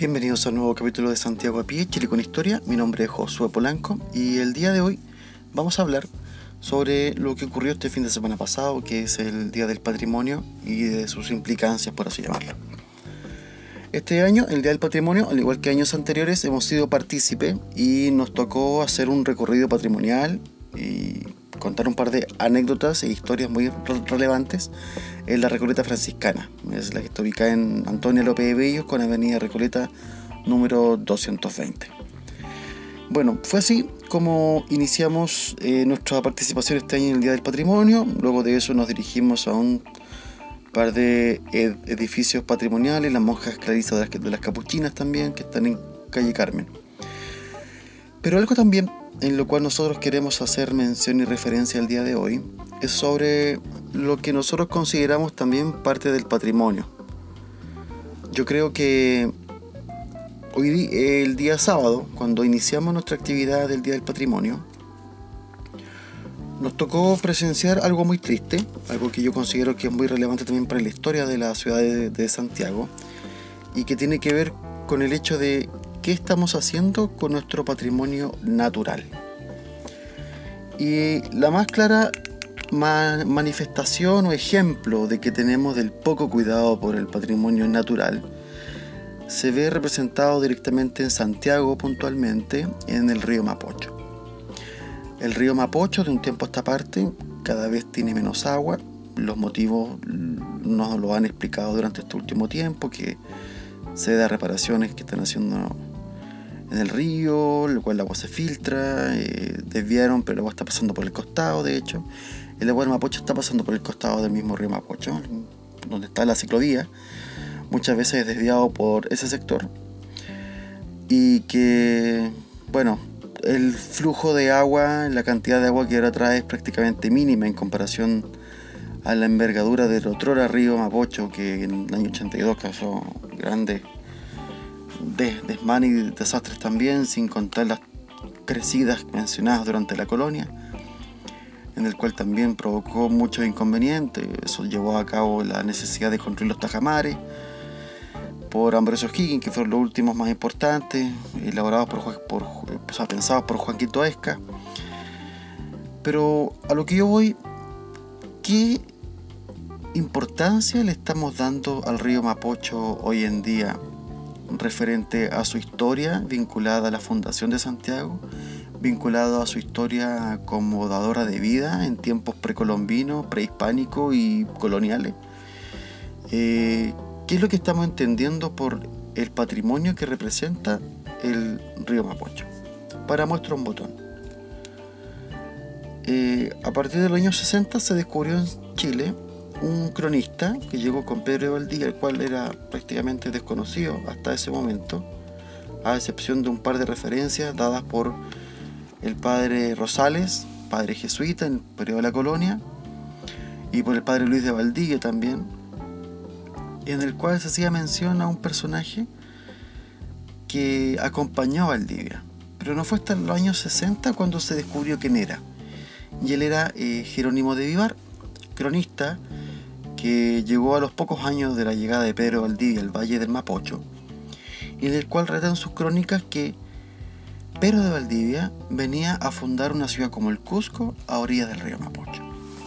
Bienvenidos a un nuevo capítulo de Santiago a Pie, Chile con Historia. Mi nombre es Josué Polanco y el día de hoy vamos a hablar sobre lo que ocurrió este fin de semana pasado, que es el Día del Patrimonio y de sus implicancias, por así llamarlo. Este año, el Día del Patrimonio, al igual que años anteriores, hemos sido partícipe y nos tocó hacer un recorrido patrimonial y contar un par de anécdotas e historias muy relevantes en la Recoleta Franciscana. Es la que está ubicada en Antonio López de Bellos con avenida Recoleta número 220. Bueno, fue así como iniciamos nuestra participación este año en el Día del Patrimonio. Luego de eso nos dirigimos a un par de edificios patrimoniales, las monjas clarisas de las Capuchinas también, que están en calle Carmen. Pero algo también en lo cual nosotros queremos hacer mención y referencia el día de hoy es sobre lo que nosotros consideramos también parte del patrimonio. Yo creo que hoy, el día sábado, cuando iniciamos nuestra actividad del Día del Patrimonio, nos tocó presenciar algo muy triste, algo que yo considero que es muy relevante también para la historia de la ciudad de Santiago y que tiene que ver con el hecho de qué estamos haciendo con nuestro patrimonio natural. Y la más clara manifestación o ejemplo de que tenemos del poco cuidado por el patrimonio natural se ve representado directamente en Santiago, puntualmente en el río Mapocho. El río Mapocho, de un tiempo a esta parte, cada vez tiene menos agua. Los motivos nos lo han explicado durante este último tiempo, que se da reparaciones que están haciendo en el río, el cual el agua se filtra, desviaron, pero el agua está pasando por el costado. De hecho, el agua del Mapocho está pasando por el costado del mismo río Mapocho, donde está la ciclovía, muchas veces es desviado por ese sector, y que, bueno, el flujo de agua, la cantidad de agua que ahora trae es prácticamente mínima en comparación a la envergadura del otrora río Mapocho, que en el año 82 causó grandes desmanes y desastres también, sin contar las crecidas mencionadas durante la colonia, en el cual también provocó muchos inconvenientes. Eso llevó a cabo la necesidad de construir los tajamares por Ambrosio O'Higgins, que fueron los últimos más importantes, elaborados pensados por Joaquín Toesca. Pero a lo que yo voy, ¿qué importancia le estamos dando al río Mapocho hoy en día referente a su historia vinculada a la fundación de Santiago, vinculado a su historia como dadora de vida en tiempos precolombinos, prehispánicos y coloniales? ¿Qué es lo que estamos entendiendo por el patrimonio que representa el río Mapocho? Para muestra un botón. A partir de los años 60 se descubrió en Chile un cronista que llegó con Pedro de Valdivia, el cual era prácticamente desconocido hasta ese momento, a excepción de un par de referencias dadas por el padre Rosales, padre jesuita en el periodo de la colonia, y por el padre Luis de Valdivia también, en el cual se hacía mención a un personaje que acompañó a Valdivia, pero no fue hasta los años 60 cuando se descubrió quién era, y él era Jerónimo de Vivar, cronista que llegó a los pocos años de la llegada de Pedro de Valdivia al Valle del Mapocho, y en el cual relatan sus crónicas que Pedro de Valdivia venía a fundar una ciudad como el Cusco a orillas del río Mapocho.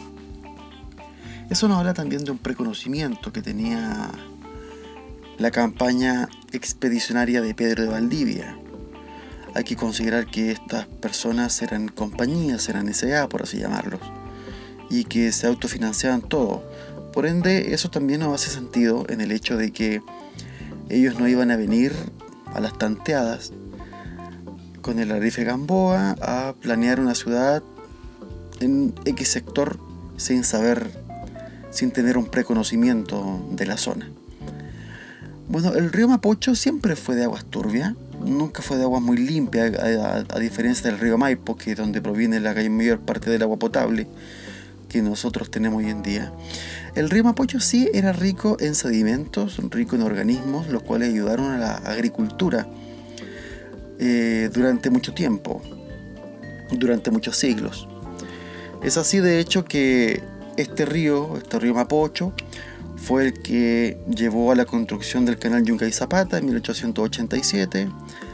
Eso nos habla también de un preconocimiento que tenía la campaña expedicionaria de Pedro de Valdivia. Hay que considerar que estas personas eran compañías, eran S.A., por así llamarlos, y que se autofinanciaban todo. Por ende, eso también nos hace sentido en el hecho de que ellos no iban a venir a las tanteadas con el Arife Gamboa a planear una ciudad en X sector sin tener un preconocimiento de la zona. Bueno, el río Mapocho siempre fue de aguas turbias, nunca fue de aguas muy limpias, a diferencia del río Maipo, que es donde proviene la mayor parte del agua potable que nosotros tenemos hoy en día. El río Mapocho sí era rico en sedimentos, rico en organismos, los cuales ayudaron a la agricultura durante mucho tiempo, durante muchos siglos. Es así de hecho que este río Mapocho Fue el que llevó a la construcción del canal Yungay Zapata en 1887.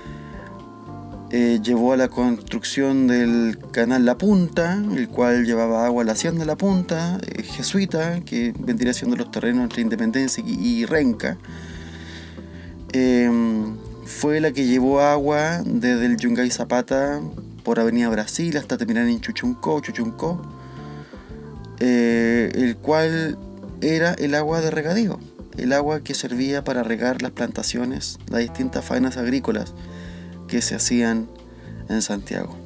Llevó a la construcción del canal La Punta, el cual llevaba agua a la hacienda de La Punta, jesuita, que vendría siendo los terrenos entre Independencia y Renca. Fue la que llevó agua desde el Yungay Zapata por Avenida Brasil hasta terminar en Chuchuncó, el cual era el agua de regadío, el agua que servía para regar las plantaciones, las distintas faenas agrícolas que se hacían en Santiago.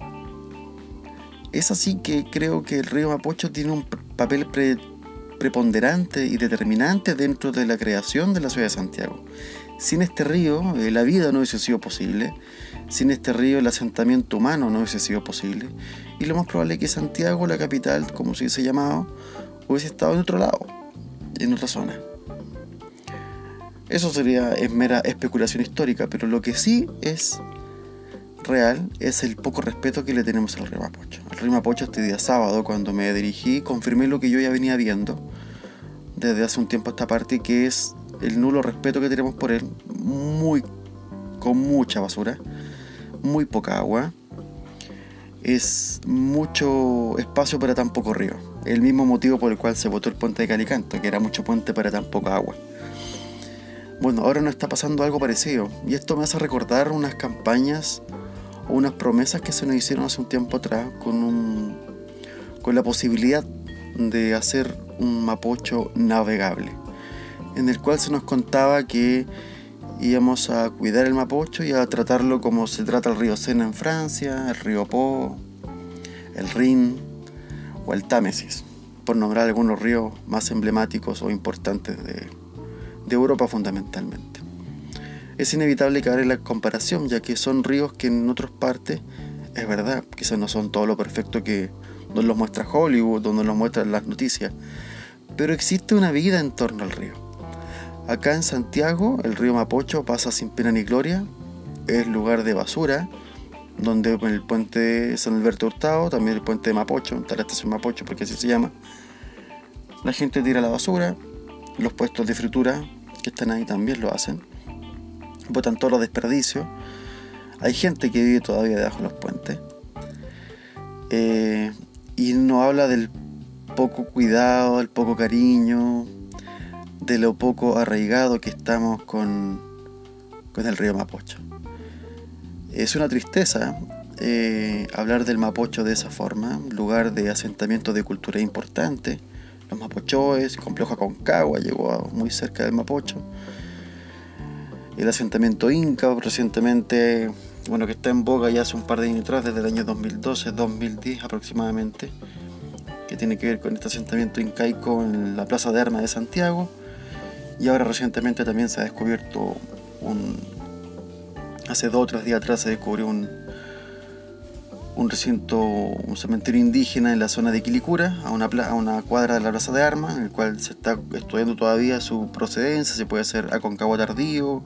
Es así que creo que el río Mapocho tiene un papel preponderante y determinante dentro de la creación de la ciudad de Santiago. Sin este río, la vida no hubiese sido posible. Sin este río, el asentamiento humano no hubiese sido posible. Y lo más probable es que Santiago, la capital, como se hubiese llamado, hubiese estado en otro lado, en otra zona. Eso es mera especulación histórica, pero lo que sí es real es el poco respeto que le tenemos al río Mapocho. El río Mapocho este día sábado, cuando me dirigí, confirmé lo que yo ya venía viendo desde hace un tiempo a esta parte, que es el nulo respeto que tenemos por él, con mucha basura, muy poca agua, es mucho espacio para tan poco río. El mismo motivo por el cual se botó el puente de Calicanto, que era mucho puente para tan poca agua. Bueno, ahora nos está pasando algo parecido, y esto me hace recordar unas campañas o unas promesas que se nos hicieron hace un tiempo atrás con la posibilidad de hacer un Mapocho navegable, en el cual se nos contaba que íbamos a cuidar el Mapocho y a tratarlo como se trata el río Sena en Francia, el río Po, el Rin o el Támesis, por nombrar algunos ríos más emblemáticos o importantes de Europa fundamentalmente. Es inevitable caer en la comparación, ya que son ríos que en otras partes, es verdad, quizás no son todo lo perfecto que nos los muestra Hollywood o nos los muestran las noticias, pero existe una vida en torno al río. Acá en Santiago, el río Mapocho pasa sin pena ni gloria, es lugar de basura, donde el puente San Alberto Hurtado, también el puente de Mapocho, está la estación Mapocho porque así se llama, la gente tira la basura, los puestos de fritura que están ahí también lo hacen, botan todos los desperdicios, hay gente que vive todavía debajo de los puentes, y nos habla del poco cuidado, del poco cariño, de lo poco arraigado que estamos con el río Mapocho. Es una tristeza hablar del Mapocho de esa forma, lugar de asentamiento de cultura importante. Los mapochoes, complejo Aconcagua llegó muy cerca del Mapocho. El asentamiento inca, recientemente, que está en boga ya hace un par de años atrás, desde el año 2012-2010 aproximadamente, que tiene que ver con este asentamiento incaico en la Plaza de Armas de Santiago. Y ahora recientemente también se ha descubierto hace 2 o 3 días atrás se descubrió un recinto, un cementerio indígena en la zona de Quilicura, a una cuadra de la Plaza de Armas, en el cual se está estudiando todavía su procedencia, si puede ser Aconcagua tardío,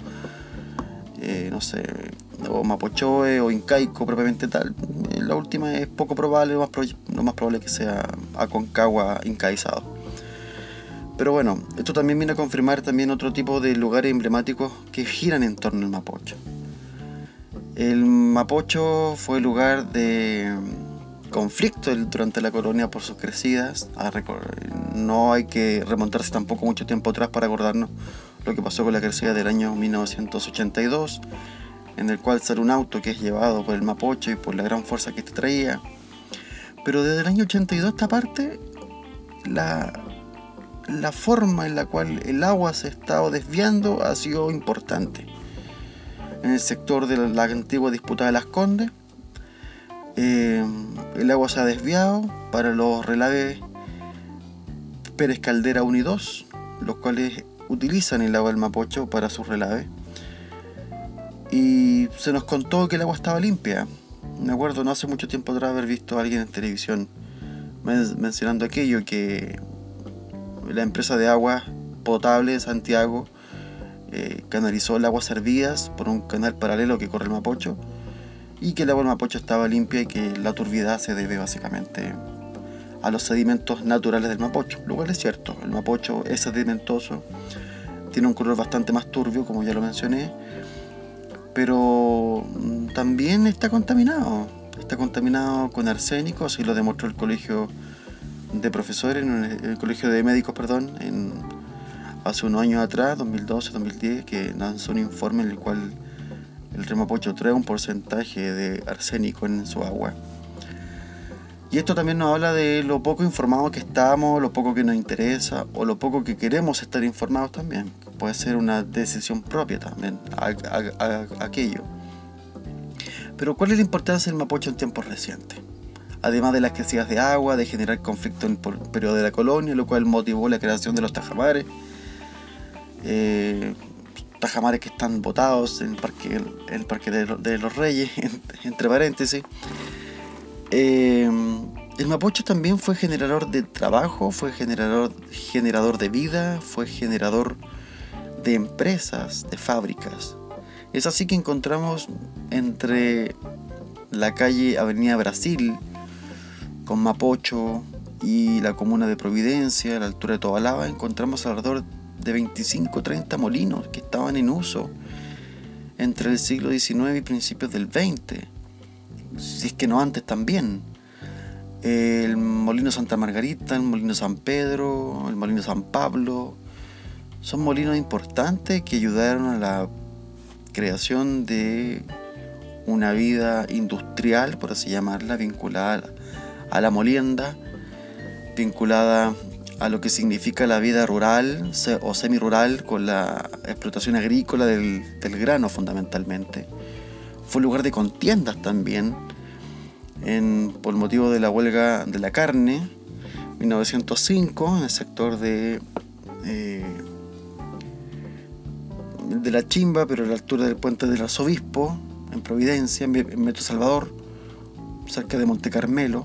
o mapochoe o incaico propiamente tal. La última es poco probable, lo más probable es que sea Aconcagua incaizado. Pero bueno, esto también viene a confirmar también otro tipo de lugares emblemáticos que giran en torno al Mapocho. El Mapocho fue lugar de conflicto durante la colonia por sus crecidas. No hay que remontarse tampoco mucho tiempo atrás para acordarnos lo que pasó con la crecida del año 1982, en el cual sale un auto que es llevado por el Mapocho y por la gran fuerza que este traía. Pero desde el año 82 a esta parte, la forma en la cual el agua se ha estado desviando ha sido importante. En el sector de la antigua disputa de Las Condes, el agua se ha desviado para los relaves Pérez Caldera 1 y 2, los cuales utilizan el agua del Mapocho para sus relaves. Y se nos contó que el agua estaba limpia. Me acuerdo no hace mucho tiempo atrás haber visto a alguien en televisión mencionando aquello, que la empresa de agua potable de Santiago canalizó el agua servidas por un canal paralelo que corre el Mapocho, y que el agua del Mapocho estaba limpia y que la turbidez se debe básicamente a los sedimentos naturales del Mapocho, lo cual es cierto. El Mapocho es sedimentoso, tiene un color bastante más turbio, como ya lo mencioné, pero también está contaminado con arsénico, así lo demostró el colegio de profesores, el colegio de médicos, perdón, hace unos años atrás, 2012-2010, que lanzó un informe en el cual el río Mapocho trae un porcentaje de arsénico en su agua. Y esto también nos habla de lo poco informados que estamos, lo poco que nos interesa o lo poco que queremos estar informados también. Puede ser una decisión propia también aquello. Pero ¿cuál es la importancia del Mapocho en tiempos recientes? Además de la escasez de agua, de generar conflicto en el periodo de la colonia, lo cual motivó la creación de los tajamares. Tajamares que están botados en el Parque de los Reyes, entre paréntesis. El Mapocho también fue generador de trabajo, fue generador de vida, fue generador de empresas, de fábricas. Es así que encontramos entre la calle Avenida Brasil con Mapocho y la comuna de Providencia, a la altura de Tobalaba, encontramos alrededor de 25-30 molinos que estaban en uso entre el siglo XIX y principios del XX, si es que no antes también. El molino Santa Margarita, el molino San Pedro, el molino San Pablo, son molinos importantes que ayudaron a la creación de una vida industrial, por así llamarla, vinculada a la molienda, vinculada a lo que significa la vida rural o semi-rural con la explotación agrícola del grano fundamentalmente. Fue un lugar de contiendas también, por motivo de la huelga de la carne, 1905, en el sector de la Chimba, pero a la altura del puente del Arzobispo, en Providencia, en Metro Salvador, cerca de Monte Carmelo.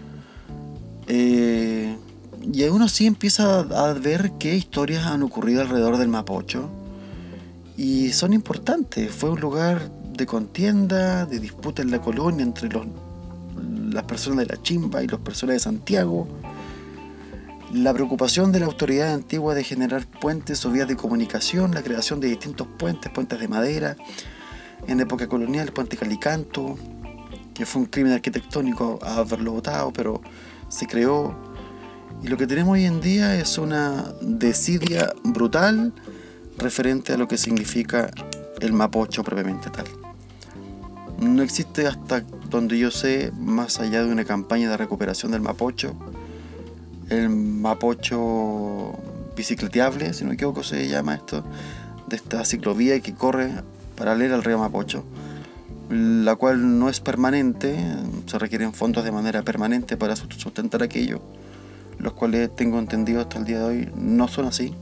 Y uno sí empieza a ver qué historias han ocurrido alrededor del Mapocho, y son importantes. Fue un lugar de contienda, de disputa en la colonia entre las personas de la Chimba y las personas de Santiago. La preocupación de la autoridad antigua de generar puentes o vías de comunicación, la creación de distintos puentes de madera. En la época colonial, el puente Calicanto, que fue un crimen arquitectónico haberlo botado, pero se creó. Y lo que tenemos hoy en día es una desidia brutal referente a lo que significa el Mapocho propiamente tal. No existe, hasta donde yo sé, más allá de una campaña de recuperación del Mapocho, el Mapocho bicicleteable, si no me equivoco se llama esto, de esta ciclovía que corre paralela al río Mapocho, la cual no es permanente, se requieren fondos de manera permanente para sustentar aquello, los cuales tengo entendido hasta el día de hoy no son así.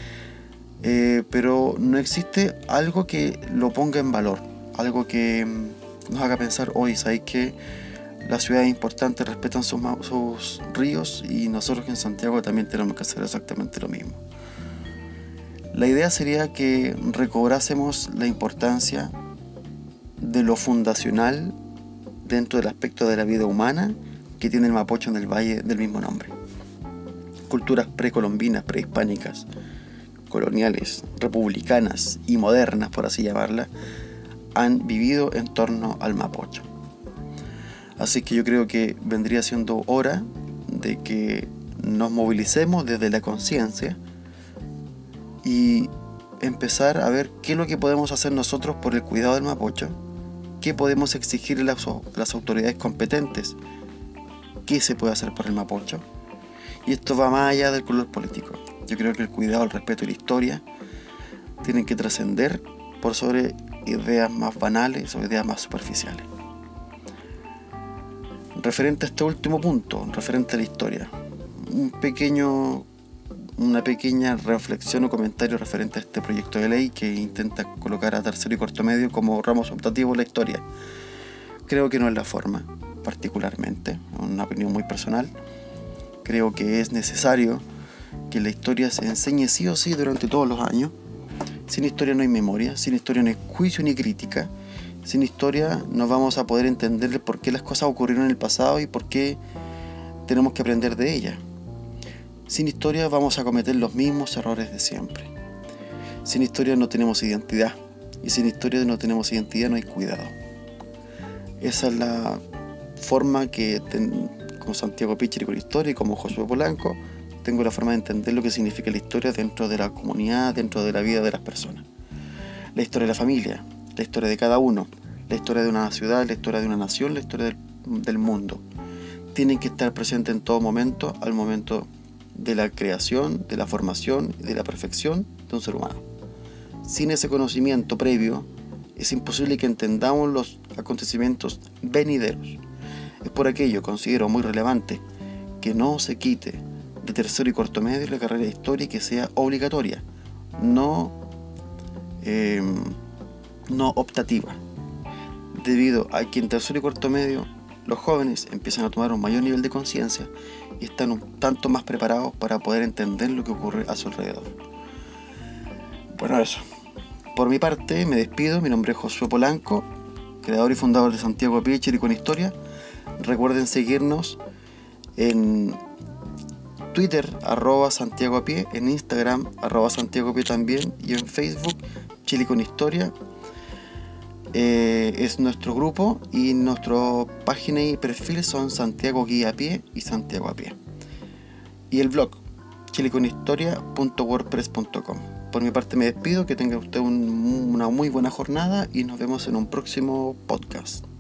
Pero no existe algo que lo ponga en valor, algo que nos haga pensar, hoy ¿sabéis que las ciudades importantes respetan sus ríos y nosotros en Santiago también tenemos que hacer exactamente lo mismo? La idea sería que recobrásemos la importancia de lo fundacional dentro del aspecto de la vida humana que tiene el Mapocho en el valle del mismo nombre. Culturas precolombinas, prehispánicas, coloniales, republicanas y modernas, por así llamarlas, han vivido en torno al Mapocho. Así que yo creo que vendría siendo hora de que nos movilicemos desde la conciencia y empezar a ver qué es lo que podemos hacer nosotros por el cuidado del Mapocho, qué podemos exigirle a las autoridades competentes, qué se puede hacer por el Mapocho. Y esto va más allá del color político. Yo creo que el cuidado, el respeto y la historia tienen que trascender por sobre ideas más banales o ideas más superficiales. Referente a este último punto, referente a la historia, una pequeña reflexión o comentario referente a este proyecto de ley que intenta colocar a tercero y cuarto medio como ramos optativos la historia. Creo que no es la forma, particularmente, una opinión muy personal. Creo que es necesario que la historia se enseñe sí o sí durante todos los años. Sin historia no hay memoria, sin historia no hay juicio ni crítica. Sin historia no vamos a poder entender por qué las cosas ocurrieron en el pasado y por qué tenemos que aprender de ella. Sin historia vamos a cometer los mismos errores de siempre. Sin historia no tenemos identidad, y sin historia no tenemos identidad, no hay cuidado. Esa es la forma que, como Santiago Picheri con historia y como Josué Polanco, tengo la forma de entender lo que significa la historia dentro de la comunidad, dentro de la vida de las personas. La historia de la familia, la historia de cada uno, la historia de una ciudad, la historia de una nación, la historia del mundo. Tienen que estar presentes en todo momento, al momento de la creación, de la formación y de la perfección de un ser humano. Sin ese conocimiento previo, es imposible que entendamos los acontecimientos venideros. Es por aquello, considero muy relevante, que no se quite de tercero y cuarto medio la carrera de historia y que sea obligatoria, no optativa, debido a que en tercero y cuarto medio los jóvenes empiezan a tomar un mayor nivel de conciencia y están un tanto más preparados para poder entender lo que ocurre a su alrededor. Bueno, eso. Por mi parte, me despido. Mi nombre es Josué Polanco, creador y fundador de Santiago Picheri con Historia. Recuerden seguirnos en Twitter, @SantiagoApie, en Instagram, @SantiagoApie también, y en Facebook, Chile con Historia. Es nuestro grupo y nuestra página y perfil son Santiago Guía a Pie y Santiago a Pie. Y el blog, chileconistoria.wordpress.com. Por mi parte me despido, que tenga usted una muy buena jornada y nos vemos en un próximo podcast.